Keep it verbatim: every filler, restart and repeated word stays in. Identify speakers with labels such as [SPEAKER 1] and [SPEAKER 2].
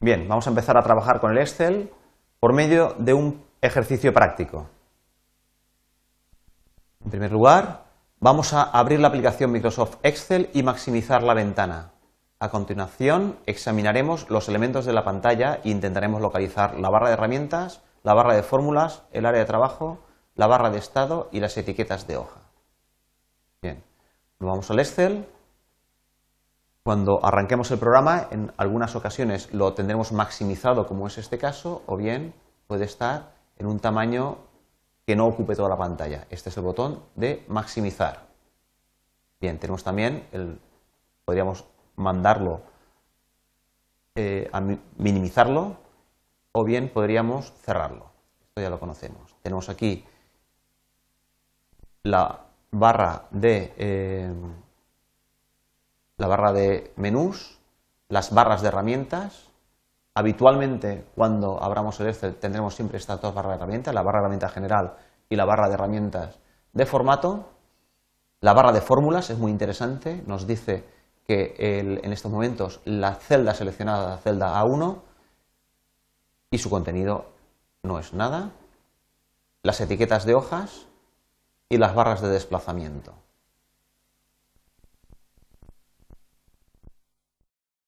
[SPEAKER 1] Bien, vamos a empezar a trabajar con el Excel por medio de un ejercicio práctico. En primer lugar, vamos a abrir la aplicación Microsoft Excel y maximizar la ventana. A continuación, examinaremos los elementos de la pantalla e intentaremos localizar la barra de herramientas, la barra de fórmulas, el área de trabajo, la barra de estado y las etiquetas de hoja. Bien, nos vamos al Excel. Cuando arranquemos el programa, en algunas ocasiones lo tendremos maximizado, como es este caso, o bien puede estar en un tamaño que no ocupe toda la pantalla. Este es el botón de maximizar. Bien, tenemos también, el, podríamos mandarlo eh, a minimizarlo, o bien podríamos cerrarlo. Esto ya lo conocemos. Tenemos aquí la barra de... Eh, la barra de menús, las barras de herramientas. Habitualmente, cuando abramos el Excel, tendremos siempre estas dos barras de herramientas, la barra de herramientas general y la barra de herramientas de formato. La barra de fórmulas es muy interesante, nos dice que el, en estos momentos la celda seleccionada es la celda A uno y su contenido no es nada. Las etiquetas de hojas y las barras de desplazamiento.